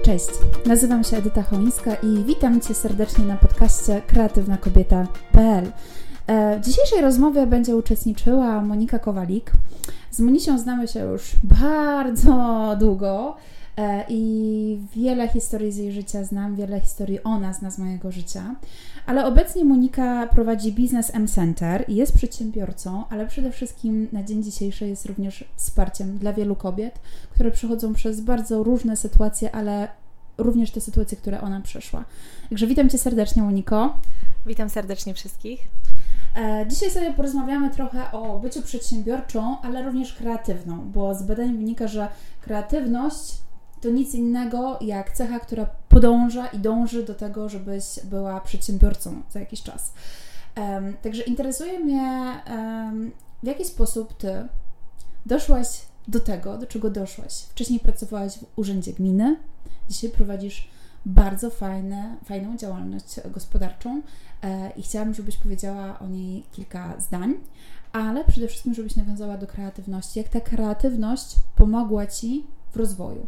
Cześć, nazywam się Edyta Chońska i witam Cię serdecznie na podcaście kreatywnakobieta.pl. W dzisiejszej rozmowie będzie uczestniczyła Monika Kowalik. Z Monisią znamy się już bardzo długo i wiele historii z jej życia znam, wiele historii ona zna z mojego życia. Ale obecnie Monika prowadzi biznes M-Center i jest przedsiębiorcą, ale przede wszystkim na dzień dzisiejszy jest również wsparciem dla wielu kobiet, które przechodzą przez bardzo różne sytuacje, ale również te sytuacje, które ona przeszła. Także witam Cię serdecznie, Moniko. Witam serdecznie wszystkich. Dzisiaj sobie porozmawiamy trochę o byciu przedsiębiorczą, ale również kreatywną, bo z badań wynika, że kreatywność to nic innego jak cecha, która podąża i dąży do tego, żebyś była przedsiębiorcą za jakiś czas. Także interesuje mnie, w jaki sposób Ty doszłaś do tego, do czego doszłaś. Wcześniej pracowałaś w Urzędzie Gminy, dzisiaj prowadzisz bardzo fajną działalność gospodarczą i chciałam, żebyś powiedziała o niej kilka zdań, ale przede wszystkim, żebyś nawiązała do kreatywności. Jak ta kreatywność pomogła Ci w rozwoju?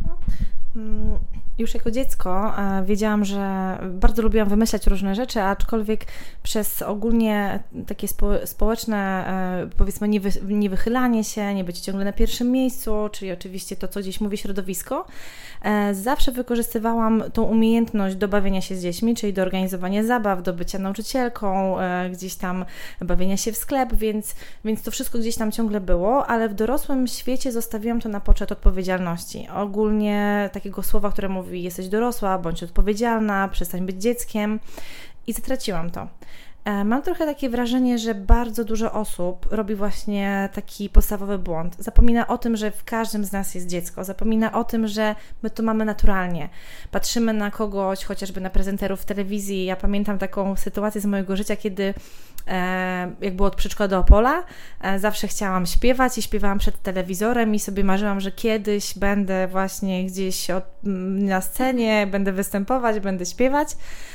Już jako dziecko wiedziałam, że bardzo lubiłam wymyślać różne rzeczy, aczkolwiek przez ogólnie takie społeczne, powiedzmy, niewychylanie się, nie być ciągle na pierwszym miejscu, czyli oczywiście to, co gdzieś mówi środowisko, zawsze wykorzystywałam tą umiejętność do bawienia się z dziećmi, czyli do organizowania zabaw, do bycia nauczycielką, gdzieś tam bawienia się w sklep, więc to wszystko gdzieś tam ciągle było, ale w dorosłym świecie zostawiłam to na poczet odpowiedzialności. Ogólnie takiego słowa, które mówi: jesteś dorosła, bądź odpowiedzialna, przestań być dzieckiem, i zatraciłam to. Mam trochę takie wrażenie, że bardzo dużo osób robi właśnie taki podstawowy błąd. Zapomina o tym, że w każdym z nas jest dziecko. Zapomina o tym, że my to mamy naturalnie. Patrzymy na kogoś, chociażby na prezenterów w telewizji. Ja pamiętam taką sytuację z mojego życia, kiedy jak było od przedszkola do Opola, zawsze chciałam śpiewać i śpiewałam przed telewizorem i sobie marzyłam, że kiedyś będę właśnie gdzieś na scenie, będę występować, będę śpiewać.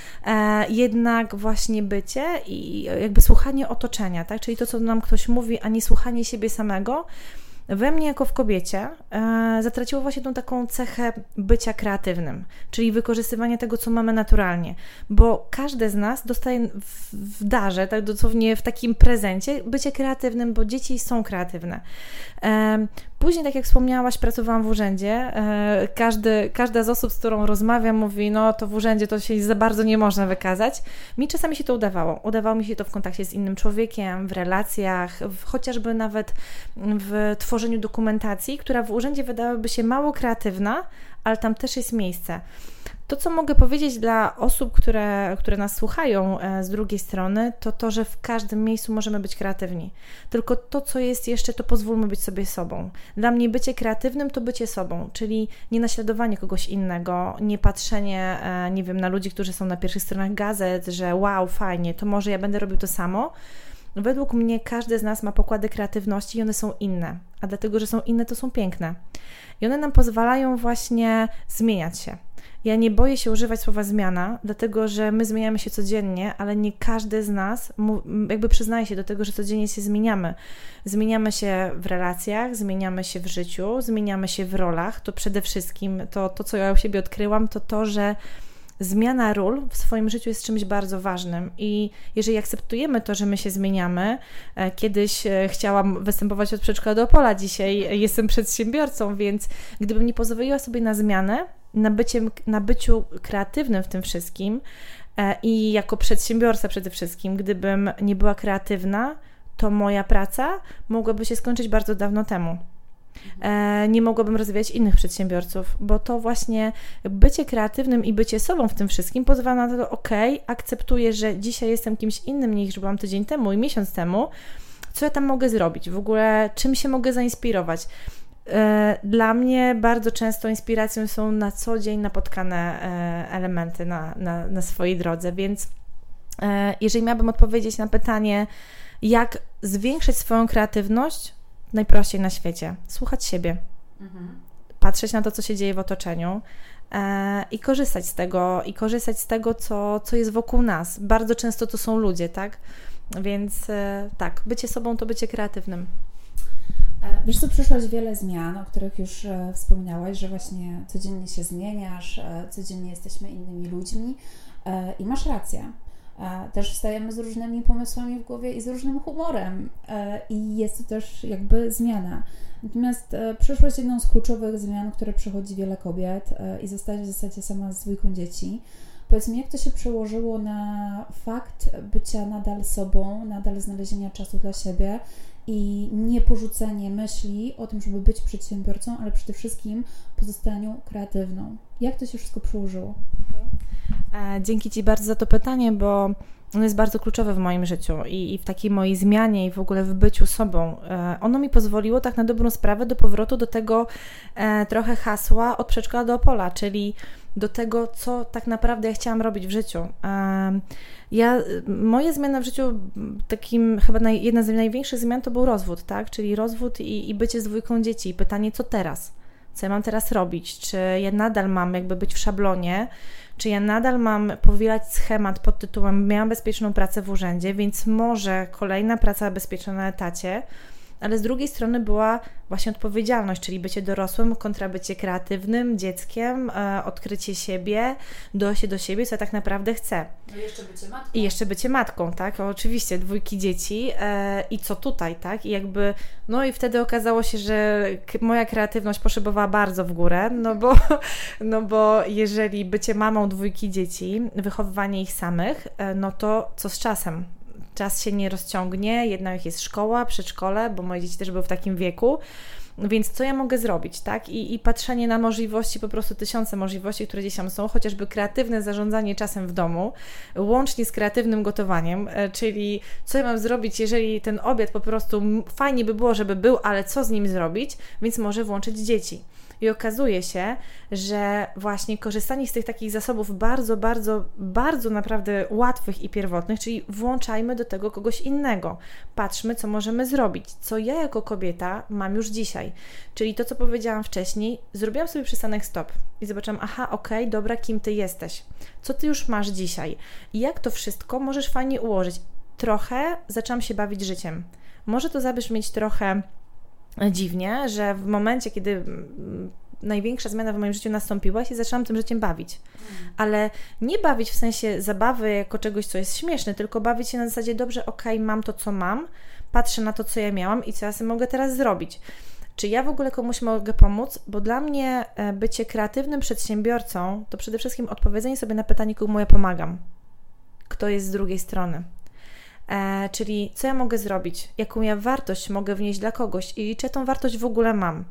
Jednak właśnie bycie i jakby słuchanie otoczenia, tak? Czyli to, co nam ktoś mówi, a nie słuchanie siebie samego, we mnie jako w kobiecie zatraciło właśnie tą taką cechę bycia kreatywnym, czyli wykorzystywanie tego, co mamy naturalnie, bo każdy z nas dostaje w darze, tak dosłownie w takim prezencie, bycie kreatywnym, bo dzieci są kreatywne. Później, tak jak wspomniałaś, pracowałam w urzędzie. Każda z osób, z którą rozmawiam, mówi: no to w urzędzie to się za bardzo nie można wykazać. Mi czasami się to udawało. Udawało mi się to w kontakcie z innym człowiekiem, w relacjach, chociażby nawet w tworzeniu dokumentacji, która w urzędzie wydawałaby się mało kreatywna, ale tam też jest miejsce. To, co mogę powiedzieć dla osób, które nas słuchają z drugiej strony, to to, że w każdym miejscu możemy być kreatywni. Tylko to, co jest jeszcze, to pozwólmy być sobie sobą. Dla mnie bycie kreatywnym to bycie sobą, czyli nie naśladowanie kogoś innego, nie patrzenie, nie wiem, na ludzi, którzy są na pierwszych stronach gazet, że wow, fajnie, to może ja będę robił to samo. Według mnie każdy z nas ma pokłady kreatywności i one są inne, a dlatego, że są inne, to są piękne. I one nam pozwalają właśnie zmieniać się. Ja nie boję się używać słowa zmiana, dlatego że my zmieniamy się codziennie, ale nie każdy z nas jakby przyznaje się do tego, że codziennie się zmieniamy. Zmieniamy się w relacjach, zmieniamy się w życiu, zmieniamy się w rolach. To przede wszystkim to co ja u siebie odkryłam, to, że zmiana ról w swoim życiu jest czymś bardzo ważnym i jeżeli akceptujemy to, że my się zmieniamy, kiedyś chciałam występować od przedszkola do Opola, dzisiaj jestem przedsiębiorcą, więc gdybym nie pozwoliła sobie na zmianę, na byciu kreatywnym w tym wszystkim i jako przedsiębiorca przede wszystkim, gdybym nie była kreatywna, to moja praca mogłaby się skończyć bardzo dawno temu. Nie mogłabym rozwijać innych przedsiębiorców, bo to właśnie bycie kreatywnym i bycie sobą w tym wszystkim pozwala na to, akceptuję, że dzisiaj jestem kimś innym niż byłam tydzień temu i miesiąc temu, co ja tam mogę zrobić, w ogóle czym się mogę zainspirować. Dla mnie bardzo często inspiracją są na co dzień napotkane elementy na swojej drodze, więc jeżeli miałabym odpowiedzieć na pytanie, jak zwiększyć swoją kreatywność, najprościej na świecie. Słuchać siebie. Patrzeć na to, co się dzieje w otoczeniu i korzystać z tego, co jest wokół nas. Bardzo często to są ludzie, tak? Więc tak, bycie sobą to bycie kreatywnym. Wiesz co, przyszłość wiele zmian, o których już wspominałaś, że właśnie codziennie się zmieniasz, codziennie jesteśmy innymi ludźmi i masz rację. Też wstajemy z różnymi pomysłami w głowie i z różnym humorem i jest to też jakby zmiana. Natomiast przyszłość jedną z kluczowych zmian, które przechodzi wiele kobiet i zostaje w zasadzie sama z dwójką dzieci. Powiedz mi, jak to się przełożyło na fakt bycia nadal sobą, nadal znalezienia czasu dla siebie i nie porzucenie myśli o tym, żeby być przedsiębiorcą, ale przede wszystkim pozostaniu kreatywną. Jak to się wszystko przełożyło? Dzięki Ci bardzo za to pytanie, bo ono jest bardzo kluczowe w moim życiu i w takiej mojej zmianie i w ogóle w byciu sobą. Ono mi pozwoliło tak na dobrą sprawę do powrotu do tego trochę hasła od przedszkola do Opola, czyli do tego, co tak naprawdę ja chciałam robić w życiu. Moje zmiany w życiu, takim chyba jedna z największych zmian to był rozwód, tak? Czyli rozwód i bycie z dwójką dzieci. I pytanie, co teraz? Co ja mam teraz robić? Czy ja nadal mam jakby być w szablonie? Czy ja nadal mam powielać schemat pod tytułem miałam bezpieczną pracę w urzędzie, więc może kolejna praca bezpieczna na etacie, ale z drugiej strony była właśnie odpowiedzialność, czyli bycie dorosłym kontra bycie kreatywnym, dzieckiem, odkrycie siebie, dojście do siebie, co ja tak naprawdę chcę. No i jeszcze bycie matką. I jeszcze bycie matką, tak? Oczywiście, 2 dzieci i co tutaj, tak? I jakby, no i wtedy okazało się, że moja kreatywność poszybowała bardzo w górę, no bo jeżeli bycie mamą 2 dzieci, wychowywanie ich samych, no to co z czasem? Czas się nie rozciągnie, jednak jest szkoła, przedszkole, bo moje dzieci też były w takim wieku, więc co ja mogę zrobić, tak? I patrzenie na możliwości, po prostu tysiące możliwości, które gdzieś tam są, chociażby kreatywne zarządzanie czasem w domu, łącznie z kreatywnym gotowaniem, czyli co ja mam zrobić, jeżeli ten obiad po prostu fajnie by było, żeby był, ale co z nim zrobić, więc może włączyć dzieci. I okazuje się, że właśnie korzystanie z tych takich zasobów bardzo, bardzo, bardzo naprawdę łatwych i pierwotnych, czyli włączajmy do tego kogoś innego. Patrzmy, co możemy zrobić, co ja jako kobieta mam już dzisiaj. Czyli to, co powiedziałam wcześniej, zrobiłam sobie przystanek stop i zobaczyłam, okej, dobra, kim Ty jesteś? Co Ty już masz dzisiaj? I jak to wszystko możesz fajnie ułożyć? Trochę zaczęłam się bawić życiem. Może to zabrzmieć trochę dziwnie, że w momencie, kiedy największa zmiana w moim życiu nastąpiła, się zaczęłam tym życiem bawić. Ale nie bawić w sensie zabawy jako czegoś, co jest śmieszne, tylko bawić się na zasadzie, dobrze, mam to, co mam, patrzę na to, co ja miałam i co ja sobie mogę teraz zrobić. Czy ja w ogóle komuś mogę pomóc? Bo dla mnie bycie kreatywnym przedsiębiorcą to przede wszystkim odpowiedzenie sobie na pytanie, komu ja pomagam. Kto jest z drugiej strony. Czyli co ja mogę zrobić, jaką ja wartość mogę wnieść dla kogoś i czy ja tą wartość w ogóle mam.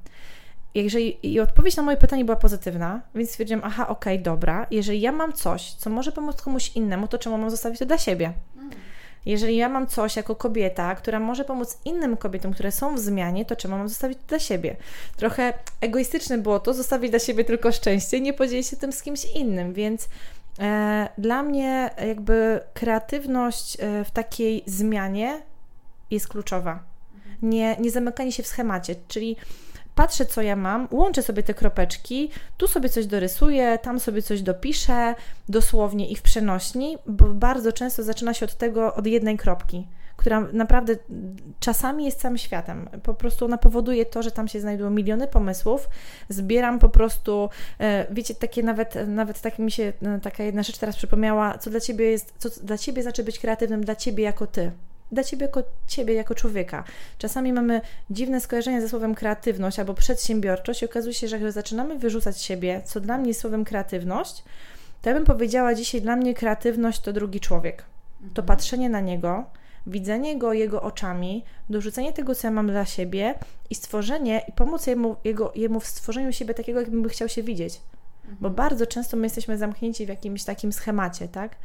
I odpowiedź na moje pytanie była pozytywna, więc stwierdziłam, dobra, jeżeli ja mam coś, co może pomóc komuś innemu, to czemu mam zostawić to dla siebie? Jeżeli ja mam coś jako kobieta, która może pomóc innym kobietom, które są w zmianie, to czemu mam zostawić to dla siebie? Trochę egoistyczne było to, zostawić dla siebie tylko szczęście, nie podzielić się tym z kimś innym, więc dla mnie jakby kreatywność w takiej zmianie jest kluczowa. Nie zamykanie się w schemacie, czyli patrzę, co ja mam, łączę sobie te kropeczki, tu sobie coś dorysuję, tam sobie coś dopiszę, dosłownie i w przenośni, bo bardzo często zaczyna się od jednej kropki, która naprawdę czasami jest całym światem. Po prostu ona powoduje to, że tam się znajdują miliony pomysłów, zbieram po prostu, wiecie, takie nawet tak mi się taka jedna rzecz teraz przypomniała, co dla Ciebie znaczy być kreatywnym, dla Ciebie jako Ty. Dla Ciebie jako człowieka. Czasami mamy dziwne skojarzenia ze słowem kreatywność albo przedsiębiorczość i okazuje się, że jak zaczynamy wyrzucać siebie, co dla mnie jest słowem kreatywność, to ja bym powiedziała dzisiaj, dla mnie kreatywność to drugi człowiek. To patrzenie na niego, widzenie go jego oczami, dorzucenie tego, co ja mam dla siebie i stworzenie, i pomóc jemu w stworzeniu siebie takiego, jakbym by chciał się widzieć. Bo bardzo często my jesteśmy zamknięci w jakimś takim schemacie, tak?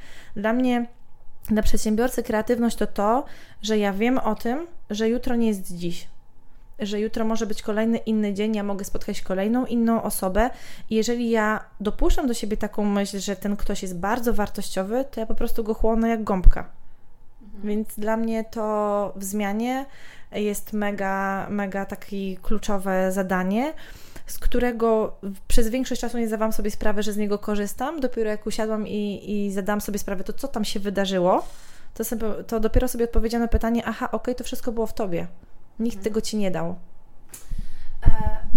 Dla przedsiębiorcy kreatywność to, że ja wiem o tym, że jutro nie jest dziś. Że jutro może być kolejny inny dzień, ja mogę spotkać kolejną inną osobę i jeżeli ja dopuszczam do siebie taką myśl, że ten ktoś jest bardzo wartościowy, to ja po prostu go chłonę jak gąbka. Więc dla mnie to w zmianie jest mega, mega takie kluczowe zadanie, z którego przez większość czasu nie zdawałam sobie sprawy, że z niego korzystam. Dopiero jak usiadłam i zadałam sobie sprawę, to co tam się wydarzyło, to dopiero sobie odpowiedziano na pytanie, to wszystko było w Tobie. Nikt tego Ci nie dał.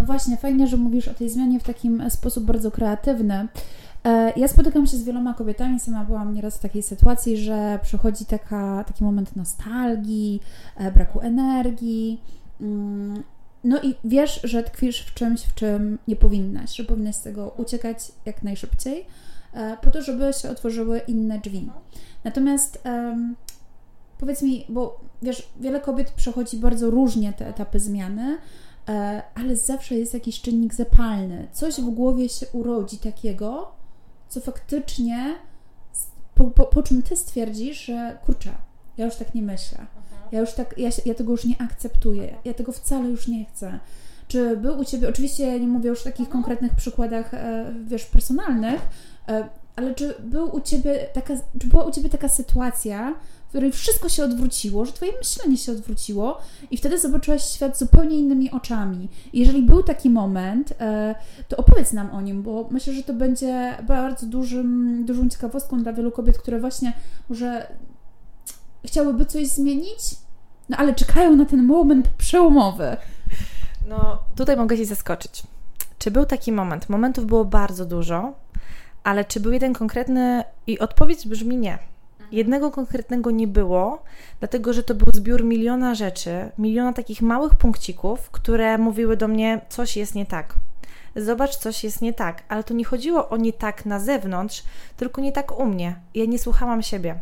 No właśnie, fajnie, że mówisz o tej zmianie w takim sposób bardzo kreatywny. Ja spotykam się z wieloma kobietami, sama byłam nieraz w takiej sytuacji, że przychodzi taki moment nostalgii, braku energii, no i wiesz, że tkwisz w czymś, w czym nie powinnaś, że powinnaś z tego uciekać jak najszybciej, po to, żeby się otworzyły inne drzwi. Natomiast powiedz mi, bo wiesz, wiele kobiet przechodzi bardzo różnie te etapy zmiany, ale zawsze jest jakiś czynnik zapalny. Coś w głowie się urodzi takiego, co faktycznie, po czym ty stwierdzisz, że kurczę, ja już tak nie myślę. Ja tego już nie akceptuję. Ja tego wcale już nie chcę. Czy był u Ciebie, oczywiście ja nie mówię już o takich konkretnych przykładach, wiesz, personalnych, ale czy była u Ciebie taka sytuacja, w której wszystko się odwróciło, że Twoje myślenie się odwróciło i wtedy zobaczyłaś świat zupełnie innymi oczami. I jeżeli był taki moment, to opowiedz nam o nim, bo myślę, że to będzie bardzo dużą ciekawostką dla wielu kobiet, które właśnie może chciałyby coś zmienić, no ale czekają na ten moment przełomowy. No, tutaj mogę Cię zaskoczyć. Czy był taki moment? Momentów było bardzo dużo, ale czy był jeden konkretny? I odpowiedź brzmi nie. Jednego konkretnego nie było, dlatego że to był zbiór miliona rzeczy, miliona takich małych punkcików, które mówiły do mnie, coś jest nie tak. Zobacz, coś jest nie tak. Ale to nie chodziło o nie tak na zewnątrz, tylko nie tak u mnie. Ja nie słuchałam siebie.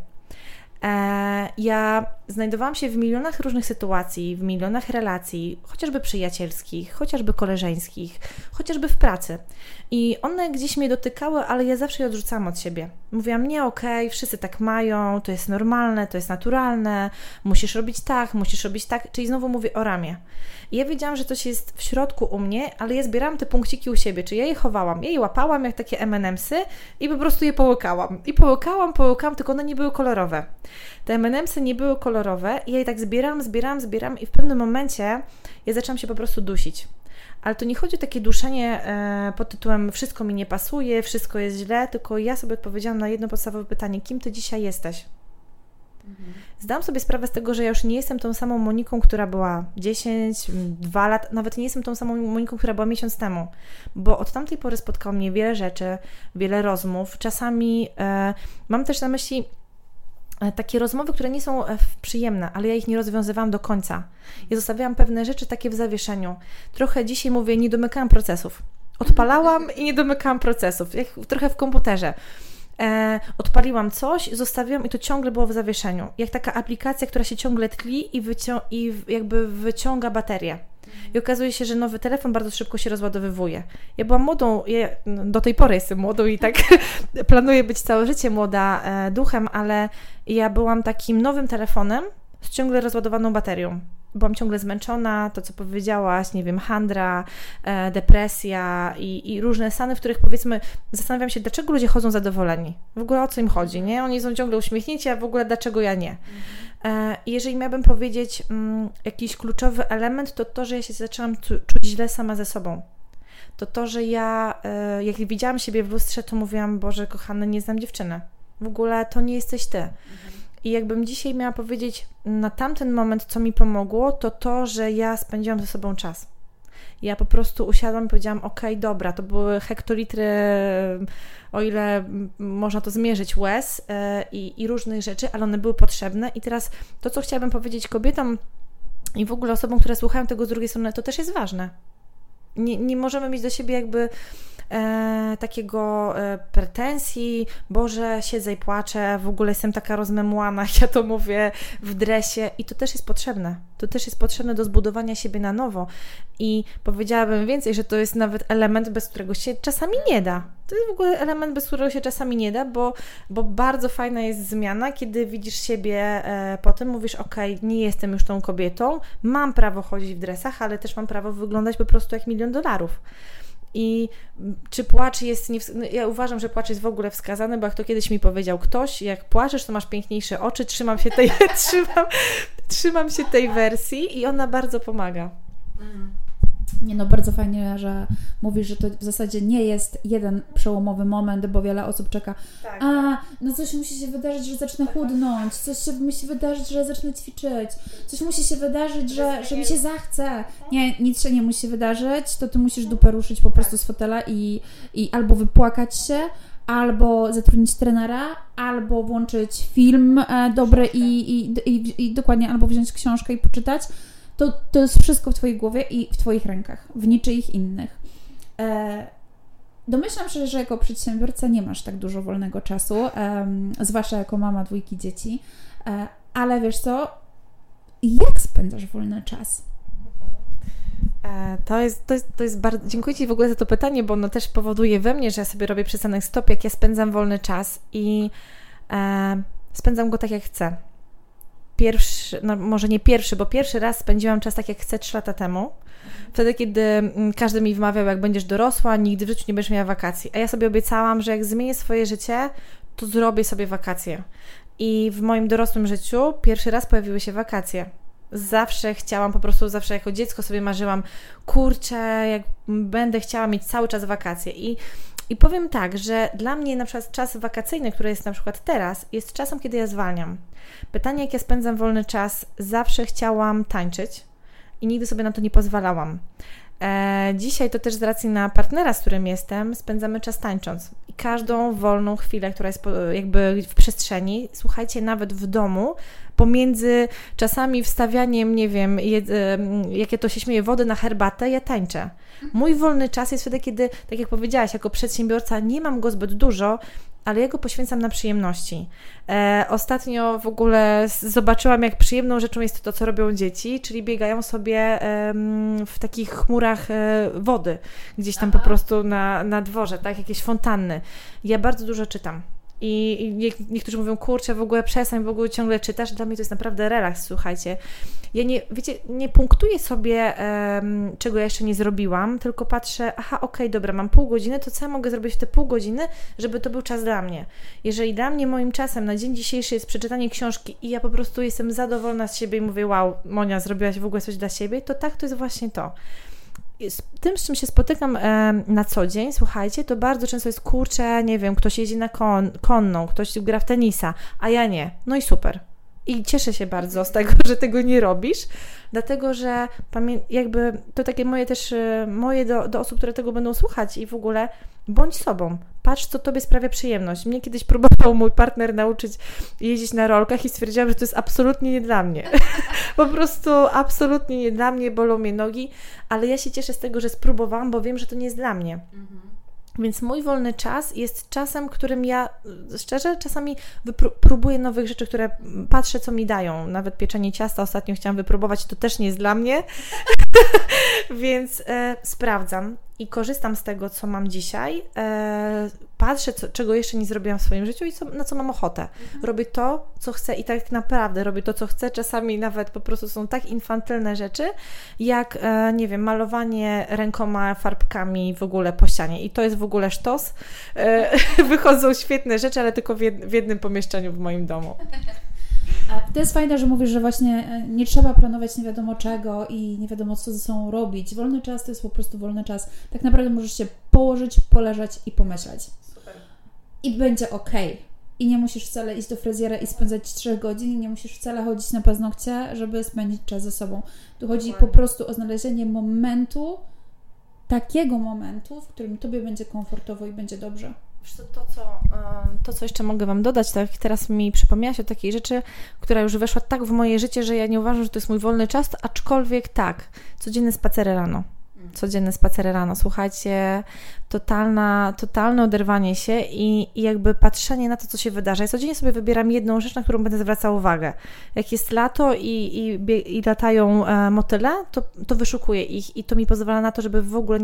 Ja znajdowałam się w milionach różnych sytuacji, w milionach relacji, chociażby przyjacielskich, chociażby koleżeńskich, chociażby w pracy. I one gdzieś mnie dotykały, ale ja zawsze je odrzucałam od siebie. Mówiłam, nie, okej, wszyscy tak mają, to jest normalne, to jest naturalne, musisz robić tak, czyli znowu mówię o ramię. I ja wiedziałam, że coś jest w środku u mnie, ale ja zbierałam te punkciki u siebie, czyli ja je chowałam, ja je łapałam jak takie M&M'sy i po prostu je połykałam. I połykałam, tylko one nie były kolorowe. Te M&M'sy nie były kolorowe i ja je tak zbieram i w pewnym momencie ja zaczęłam się po prostu dusić. Ale to nie chodzi o takie duszenie pod tytułem wszystko mi nie pasuje, wszystko jest źle, tylko ja sobie odpowiedziałam na jedno podstawowe pytanie, kim ty dzisiaj jesteś? Zdałam sobie sprawę z tego, że ja już nie jestem tą samą Moniką, która była 10, 2 lata, nawet nie jestem tą samą Moniką, która była miesiąc temu, bo od tamtej pory spotkało mnie wiele rzeczy, wiele rozmów, czasami mam też na myśli takie rozmowy, które nie są przyjemne, ale ja ich nie rozwiązywałam do końca. Ja zostawiałam pewne rzeczy takie w zawieszeniu. Trochę dzisiaj mówię, nie domykałam procesów. Odpalałam i nie domykałam procesów, jak trochę w komputerze. Odpaliłam coś, zostawiłam i to ciągle było w zawieszeniu. Jak taka aplikacja, która się ciągle tli i jakby wyciąga baterię. I okazuje się, że nowy telefon bardzo szybko się rozładowywuje. Ja byłam młodą, do tej pory jestem młodą i tak planuję być całe życie młoda duchem, ale ja byłam takim nowym telefonem z ciągle rozładowaną baterią. Byłam ciągle zmęczona, to co powiedziałaś, nie wiem, handra, depresja i różne stany, w których powiedzmy zastanawiam się, dlaczego ludzie chodzą zadowoleni. W ogóle o co im chodzi, nie? Oni są ciągle uśmiechnięci, a w ogóle dlaczego ja nie? Jeżeli miałabym powiedzieć jakiś kluczowy element, to to, że ja się zaczęłam czuć źle sama ze sobą. To, że ja, jak widziałam siebie w lustrze, to mówiłam, Boże kochany, nie znam dziewczyny. W ogóle to nie jesteś ty. I jakbym dzisiaj miała powiedzieć na tamten moment, co mi pomogło, to, że ja spędziłam ze sobą czas. Ja po prostu usiadłam i powiedziałam, okej, dobra, to były hektolitry, o ile można to zmierzyć, łez i różnych rzeczy, ale one były potrzebne. I teraz to, co chciałabym powiedzieć kobietom i w ogóle osobom, które słuchają tego z drugiej strony, to też jest ważne. Nie możemy mieć do siebie jakby takiego pretensji, Boże, siedzę i płaczę, w ogóle jestem taka rozmemłana, ja to mówię w dresie i to też jest potrzebne. To też jest potrzebne do zbudowania siebie na nowo i powiedziałabym więcej, że to jest nawet element, bez którego się czasami nie da. To jest w ogóle element, bez którego się czasami nie da, bo bardzo fajna jest zmiana, kiedy widzisz siebie potem, mówisz, okej, nie jestem już tą kobietą, mam prawo chodzić w dresach, ale też mam prawo wyglądać po prostu jak $1 000 000. I czy płacz jest... Ja uważam, że płacz jest w ogóle wskazany, bo jak to kiedyś mi powiedział ktoś, jak płaczesz, to masz piękniejsze oczy, trzymam się tej wersji i ona bardzo pomaga. Nie no, bardzo fajnie, że mówisz, że to w zasadzie nie jest jeden przełomowy moment, bo wiele osób czeka. Tak. No coś musi się wydarzyć, że zacznę chudnąć, coś się musi wydarzyć, że zacznę ćwiczyć, coś musi się wydarzyć, że mi się zachce. Nie, nic się nie musi wydarzyć, to ty musisz dupę ruszyć po prostu z fotela i albo wypłakać się, albo zatrudnić trenera, albo włączyć film dobry i dokładnie, albo wziąć książkę i poczytać. To jest wszystko w Twojej głowie i w Twoich rękach, w niczyich innych. Domyślam się, że jako przedsiębiorca nie masz tak dużo wolnego czasu, zwłaszcza jako mama 2 dzieci, ale wiesz co, jak spędzasz wolny czas? To jest bardzo... Dziękuję Ci w ogóle za to pytanie, bo ono też powoduje we mnie, że ja sobie robię przystanek stop, jak ja spędzam wolny czas i spędzam go tak, jak chcę. No może nie pierwszy, bo pierwszy raz spędziłam czas tak, jak chcę 3 lata temu. Wtedy, kiedy każdy mi wmawiał, jak będziesz dorosła, nigdy w życiu nie będziesz miała wakacji. A ja sobie obiecałam, że jak zmienię swoje życie, to zrobię sobie wakacje. I w moim dorosłym życiu pierwszy raz pojawiły się wakacje. Zawsze chciałam, po prostu zawsze jako dziecko sobie marzyłam, kurczę, jak będę chciała mieć cały czas wakacje. I powiem tak, że dla mnie na przykład czas wakacyjny, który jest na przykład teraz, jest czasem, kiedy ja zwalniam. Pytanie, jak ja spędzam wolny czas, zawsze chciałam tańczyć i nigdy sobie na to nie pozwalałam. Dzisiaj to też z racji na partnera, z którym jestem, spędzamy czas tańcząc. I każdą wolną chwilę, która jest jakby w przestrzeni, słuchajcie, nawet w domu, pomiędzy czasami wstawianiem, nie wiem, jakie to się śmieje, wody na herbatę, ja tańczę. Mój wolny czas jest wtedy, kiedy, tak jak powiedziałaś, jako przedsiębiorca nie mam go zbyt dużo, ale ja go poświęcam na przyjemności. Ostatnio w ogóle zobaczyłam, jak przyjemną rzeczą jest to, co robią dzieci, czyli biegają sobie w takich chmurach wody, gdzieś tam po prostu na dworze, tak, jakieś fontanny. Ja bardzo dużo czytam. I niektórzy mówią, kurczę, w ogóle przestań, w ogóle ciągle czytasz. Dla mnie to jest naprawdę relaks, słuchajcie. Ja nie punktuję sobie, czego ja jeszcze nie zrobiłam, tylko patrzę, okej, dobra, mam pół godziny, to co ja mogę zrobić w te pół godziny, żeby to był czas dla mnie. Jeżeli dla mnie moim czasem na dzień dzisiejszy jest przeczytanie książki i ja po prostu jestem zadowolona z siebie i mówię, wow, Monia, zrobiłaś w ogóle coś dla siebie, to tak, to jest właśnie to. Tym, z czym się spotykam na co dzień, słuchajcie, to bardzo często jest, kurczę, nie wiem, ktoś jeździ na konną, ktoś gra w tenisa, a ja nie. No i super. I cieszę się bardzo z tego, że tego nie robisz, dlatego, że jakby to takie moje do osób, które tego będą słuchać i w ogóle bądź sobą. Patrz, co Tobie sprawia przyjemność. Mnie kiedyś próbował mój partner nauczyć jeździć na rolkach i stwierdziłam, że to jest absolutnie nie dla mnie. Po prostu absolutnie nie dla mnie, bolą mnie nogi, ale ja się cieszę z tego, że spróbowałam, bo wiem, że to nie jest dla mnie. Więc mój wolny czas jest czasem, którym ja szczerze czasami próbuję nowych rzeczy, które patrzę, co mi dają. Nawet pieczenie ciasta ostatnio chciałam wypróbować, to też nie jest dla mnie. Więc sprawdzam i korzystam z tego, co mam dzisiaj. Patrzę, czego jeszcze nie zrobiłam w swoim życiu i na co mam ochotę. Robię to, co chcę i tak naprawdę robię to, co chcę. Czasami nawet po prostu są tak infantylne rzeczy, jak, nie wiem, malowanie rękoma, farbkami w ogóle po ścianie. I to jest w ogóle sztos. Wychodzą świetne rzeczy, ale tylko w jednym pomieszczeniu w moim domu. To jest fajne, że mówisz, że właśnie nie trzeba planować nie wiadomo czego i nie wiadomo co ze sobą robić. Wolny czas to jest po prostu wolny czas. Tak naprawdę możesz się położyć, poleżeć i pomyśleć. Super. I będzie okej. I nie musisz wcale iść do fryzjera i spędzać 3 godzin, i nie musisz wcale chodzić na paznokcie, żeby spędzić czas ze sobą. Tu chodzi po prostu o znalezienie momentu, takiego momentu, w którym Tobie będzie komfortowo i będzie dobrze. To, co jeszcze mogę Wam dodać, tak teraz mi przypomniałaś o takiej rzeczy, która już weszła tak w moje życie, że ja nie uważam, że to jest mój wolny czas, aczkolwiek tak, codzienne spacery rano, słuchajcie, totalne oderwanie się i jakby patrzenie na to, co się wydarza. Ja codziennie sobie wybieram jedną rzecz, na którą będę zwracała uwagę. Jak jest lato i latają motyle, to wyszukuję ich i to mi pozwala na to, żeby w ogóle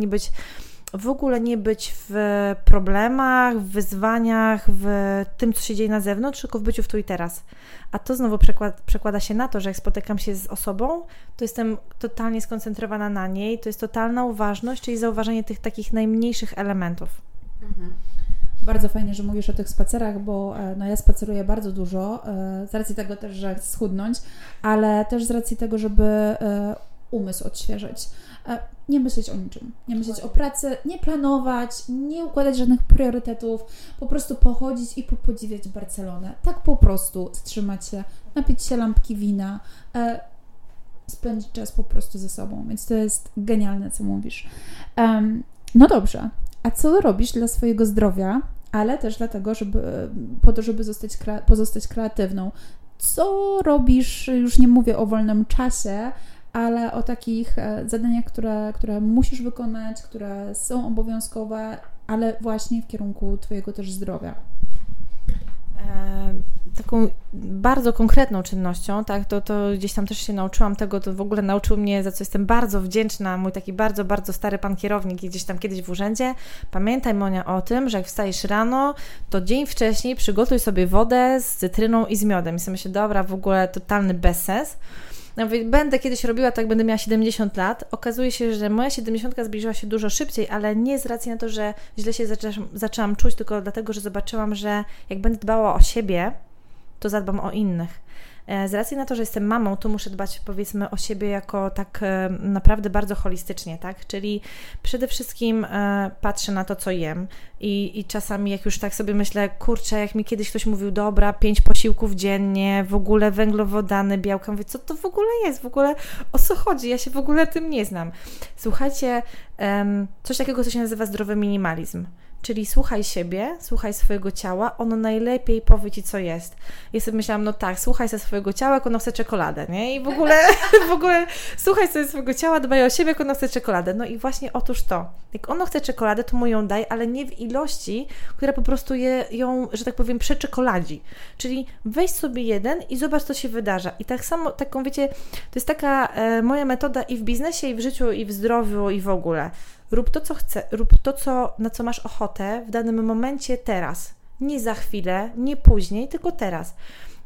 nie być w problemach, w wyzwaniach, w tym, co się dzieje na zewnątrz, tylko w byciu w tu i teraz. A to znowu przekłada się na to, że jak spotykam się z osobą, to jestem totalnie skoncentrowana na niej, to jest totalna uważność, czyli zauważenie tych takich najmniejszych elementów. Bardzo fajnie, że mówisz o tych spacerach, bo ja spaceruję bardzo dużo, z racji tego też, że chcę schudnąć, ale też z racji tego, żeby umysł odświeżyć. Nie myśleć o niczym, nie myśleć o pracy, nie planować, nie układać żadnych priorytetów, po prostu pochodzić i podziwiać Barcelonę. Tak po prostu wstrzymać się, napić się lampki wina, spędzić czas po prostu ze sobą. Więc to jest genialne, co mówisz. No dobrze, a co robisz dla swojego zdrowia, ale też dlatego, po to, żeby pozostać kreatywną? Co robisz, już nie mówię o wolnym czasie, ale o takich zadaniach, które musisz wykonać, które są obowiązkowe, ale właśnie w kierunku Twojego też zdrowia. Taką bardzo konkretną czynnością, tak, to gdzieś tam też się nauczyłam tego, to w ogóle nauczył mnie, za co jestem bardzo wdzięczna, mój taki bardzo, bardzo stary pan kierownik gdzieś tam kiedyś w urzędzie. Pamiętaj, Monia, o tym, że jak wstajesz rano, to dzień wcześniej przygotuj sobie wodę z cytryną i z miodem. I sobie myślę, dobra, w ogóle totalny bezsens. No, będę kiedyś robiła tak, będę miała 70 lat. Okazuje się, że moja 70 zbliżyła się dużo szybciej, ale nie z racji na to, że źle się zaczęłam czuć, tylko dlatego, że zobaczyłam, że jak będę dbała o siebie, to zadbam o innych. Z racji na to, że jestem mamą, to muszę dbać, powiedzmy, o siebie jako tak naprawdę bardzo holistycznie, tak? Czyli przede wszystkim patrzę na to, co jem i czasami jak już tak sobie myślę, kurczę, jak mi kiedyś ktoś mówił, dobra, 5 posiłków dziennie, w ogóle węglowodany, białka, mówię, co to w ogóle jest? W ogóle o co chodzi? Ja się w ogóle tym nie znam. Słuchajcie, coś takiego, co się nazywa zdrowy minimalizm. Czyli słuchaj siebie, słuchaj swojego ciała, ono najlepiej powie Ci, co jest. Ja sobie myślałam, no tak, słuchaj sobie swojego ciała, jak ono chce czekoladę, nie? I w ogóle słuchaj sobie swojego ciała, dbaj o siebie, jak ono chce czekoladę. No i właśnie otóż to. Jak ono chce czekoladę, to mu ją daj, ale nie w ilości, która po prostu ją, że tak powiem, przeczekoladzi. Czyli weź sobie jeden i zobacz, co się wydarza. I tak samo, taką wiecie, to jest taka moja metoda i w biznesie, i w życiu, i w zdrowiu, i w ogóle. Rób to, co chcesz, rób to, na co masz ochotę w danym momencie teraz. Nie za chwilę, nie później, tylko teraz.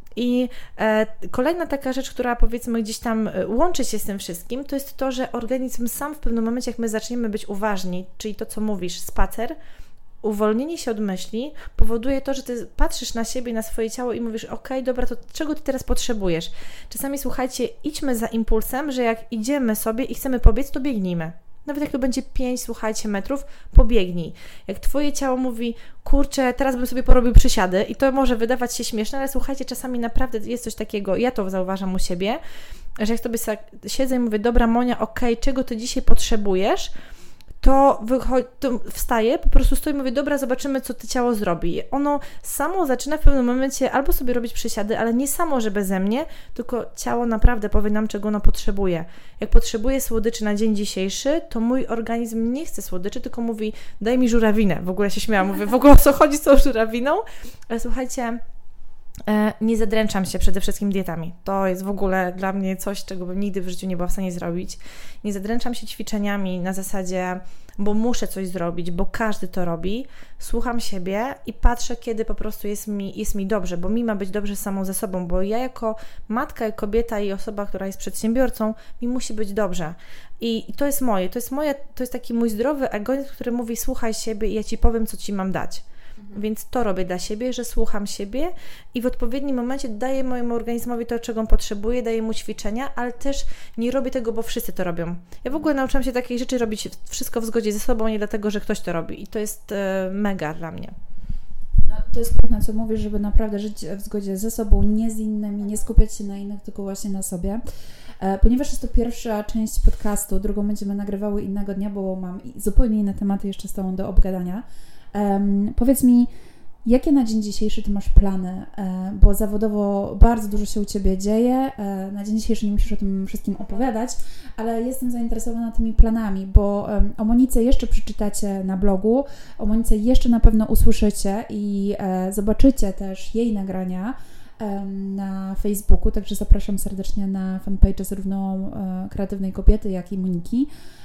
I kolejna taka rzecz, która powiedzmy gdzieś tam łączy się z tym wszystkim, to jest to, że organizm sam w pewnym momencie, jak my zaczniemy być uważni, czyli to, co mówisz, spacer, uwolnienie się od myśli powoduje to, że ty patrzysz na siebie, na swoje ciało i mówisz, okej, dobra, to czego ty teraz potrzebujesz? Czasami, słuchajcie, idźmy za impulsem, że jak idziemy sobie i chcemy pobiec, to biegnijmy. Nawet jak to będzie 5, słuchajcie, metrów, pobiegnij. Jak Twoje ciało mówi, kurczę, teraz bym sobie porobił przysiady i to może wydawać się śmieszne, ale słuchajcie, czasami naprawdę jest coś takiego, ja to zauważam u siebie, że jak sobie siedzę i mówię, dobra Monia, okej, czego Ty dzisiaj potrzebujesz, to wstaję, po prostu stoję i mówię, dobra, zobaczymy, co to ciało zrobi. Ono samo zaczyna w pewnym momencie albo sobie robić przysiady, ale nie samo, że beze mnie, tylko ciało naprawdę powie nam, czego ono potrzebuje. Jak potrzebuje słodyczy na dzień dzisiejszy, to mój organizm nie chce słodyczy, tylko mówi, daj mi żurawinę. W ogóle się śmiałam, mówię, w ogóle o co chodzi z tą żurawiną? Ale słuchajcie, nie zadręczam się przede wszystkim dietami. To jest w ogóle dla mnie coś, czego bym nigdy w życiu nie była w stanie zrobić. Nie zadręczam się ćwiczeniami na zasadzie, bo muszę coś zrobić, bo każdy to robi. Słucham siebie i patrzę, kiedy po prostu jest mi dobrze, bo mi ma być dobrze samą ze sobą, bo ja jako matka, kobieta i osoba, która jest przedsiębiorcą, mi musi być dobrze. I to jest moje, to jest taki mój zdrowy egoizm, który mówi, słuchaj siebie i ja Ci powiem, co Ci mam dać. Więc to robię dla siebie, że słucham siebie i w odpowiednim momencie daję mojemu organizmowi to, czego on potrzebuje, daję mu ćwiczenia, ale też nie robię tego, bo wszyscy to robią. Ja w ogóle nauczyłam się takiej rzeczy robić wszystko w zgodzie ze sobą, nie dlatego, że ktoś to robi. I to jest mega dla mnie. No, to jest piękne, co mówisz, żeby naprawdę żyć w zgodzie ze sobą, nie z innymi, nie skupiać się na innych, tylko właśnie na sobie. Ponieważ jest to pierwsza część podcastu, drugą będziemy nagrywały innego dnia, bo mam zupełnie inne tematy jeszcze z Tobą do obgadania. Powiedz mi, jakie na dzień dzisiejszy Ty masz plany, bo zawodowo bardzo dużo się u Ciebie dzieje, na dzień dzisiejszy nie musisz o tym wszystkim opowiadać, ale jestem zainteresowana tymi planami, bo o Monice jeszcze przeczytacie na blogu, o Monice jeszcze na pewno usłyszycie i zobaczycie też jej nagrania na Facebooku, także zapraszam serdecznie na fanpage zarówno Kreatywnej Kobiety, jak i Moniki,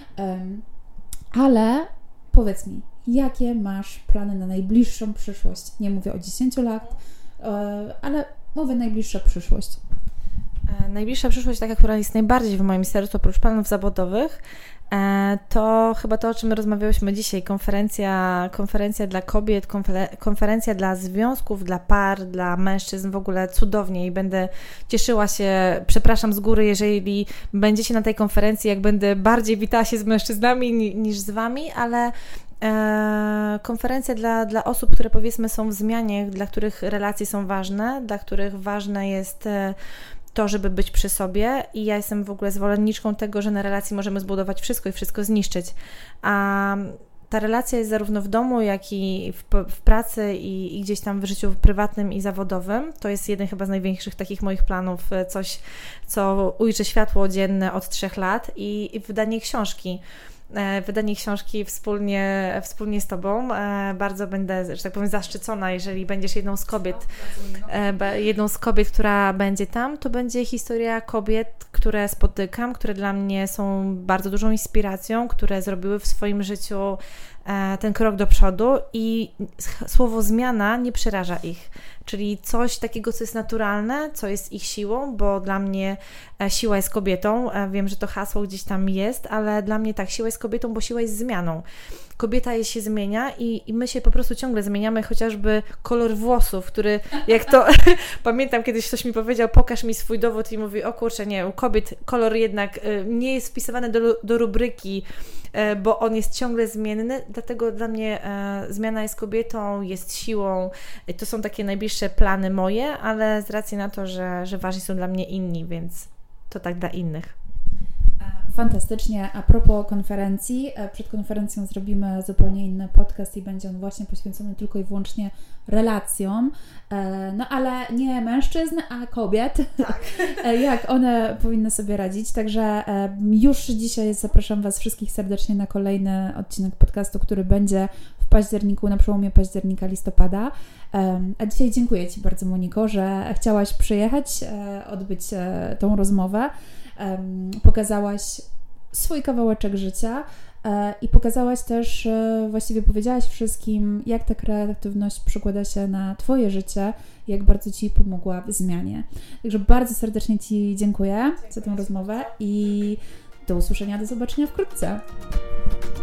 ale powiedz mi, jakie masz plany na najbliższą przyszłość? Nie mówię o 10 lat, ale mówię najbliższa przyszłość. Najbliższa przyszłość, taka, która jest najbardziej w moim sercu, oprócz planów zawodowych, to chyba to, o czym rozmawiałyśmy dzisiaj, konferencja dla kobiet, konferencja dla związków, dla par, dla mężczyzn, w ogóle cudownie i będę cieszyła się, przepraszam z góry, jeżeli będziecie na tej konferencji, jak będę bardziej witała się z mężczyznami niż z Wami, ale konferencja dla osób, które powiedzmy są w zmianie, dla których relacje są ważne, dla których ważne jest to, żeby być przy sobie i ja jestem w ogóle zwolenniczką tego, że na relacji możemy zbudować wszystko i wszystko zniszczyć, a ta relacja jest zarówno w domu, jak i w pracy i gdzieś tam w życiu prywatnym i zawodowym. To jest jeden chyba z największych takich moich planów, coś, co ujrzy światło dzienne od 3 lat i wydanie książki. Wspólnie z Tobą. Bardzo będę, że tak powiem, zaszczycona, jeżeli będziesz jedną z kobiet, która będzie tam. To będzie historia kobiet, które spotykam, które dla mnie są bardzo dużą inspiracją, które zrobiły w swoim życiu ten krok do przodu i słowo zmiana nie przeraża ich. Czyli coś takiego, co jest naturalne, co jest ich siłą, bo dla mnie siła jest kobietą. Wiem, że to hasło gdzieś tam jest, ale dla mnie tak, siła jest kobietą, bo siła jest zmianą. Kobieta się zmienia i my się po prostu ciągle zmieniamy, chociażby kolor włosów, który jak to pamiętam, kiedyś ktoś mi powiedział, pokaż mi swój dowód i mówi, o kurczę, nie, u kobiet kolor jednak nie jest wpisywany do rubryki, bo on jest ciągle zmienny, dlatego dla mnie zmiana jest kobietą, jest siłą. To są takie najbliższe plany moje, ale z racji na to, że ważni są dla mnie inni, więc to tak dla innych. Fantastycznie. A propos konferencji, przed konferencją zrobimy zupełnie inny podcast i będzie on właśnie poświęcony tylko i wyłącznie relacjom, no ale nie mężczyzn, a kobiet, tak. Jak one powinny sobie radzić. Także już dzisiaj zapraszam Was wszystkich serdecznie na kolejny odcinek podcastu, który będzie w październiku, na przełomie października, listopada. A dzisiaj dziękuję Ci bardzo, Moniko, że chciałaś przyjechać, odbyć tą rozmowę. Pokazałaś swój kawałeczek życia i pokazałaś też, właściwie powiedziałaś wszystkim, jak ta kreatywność przekłada się na Twoje życie, jak bardzo Ci pomogła w zmianie. Także bardzo serdecznie Ci dziękuję za tę rozmowę i do usłyszenia, do zobaczenia wkrótce.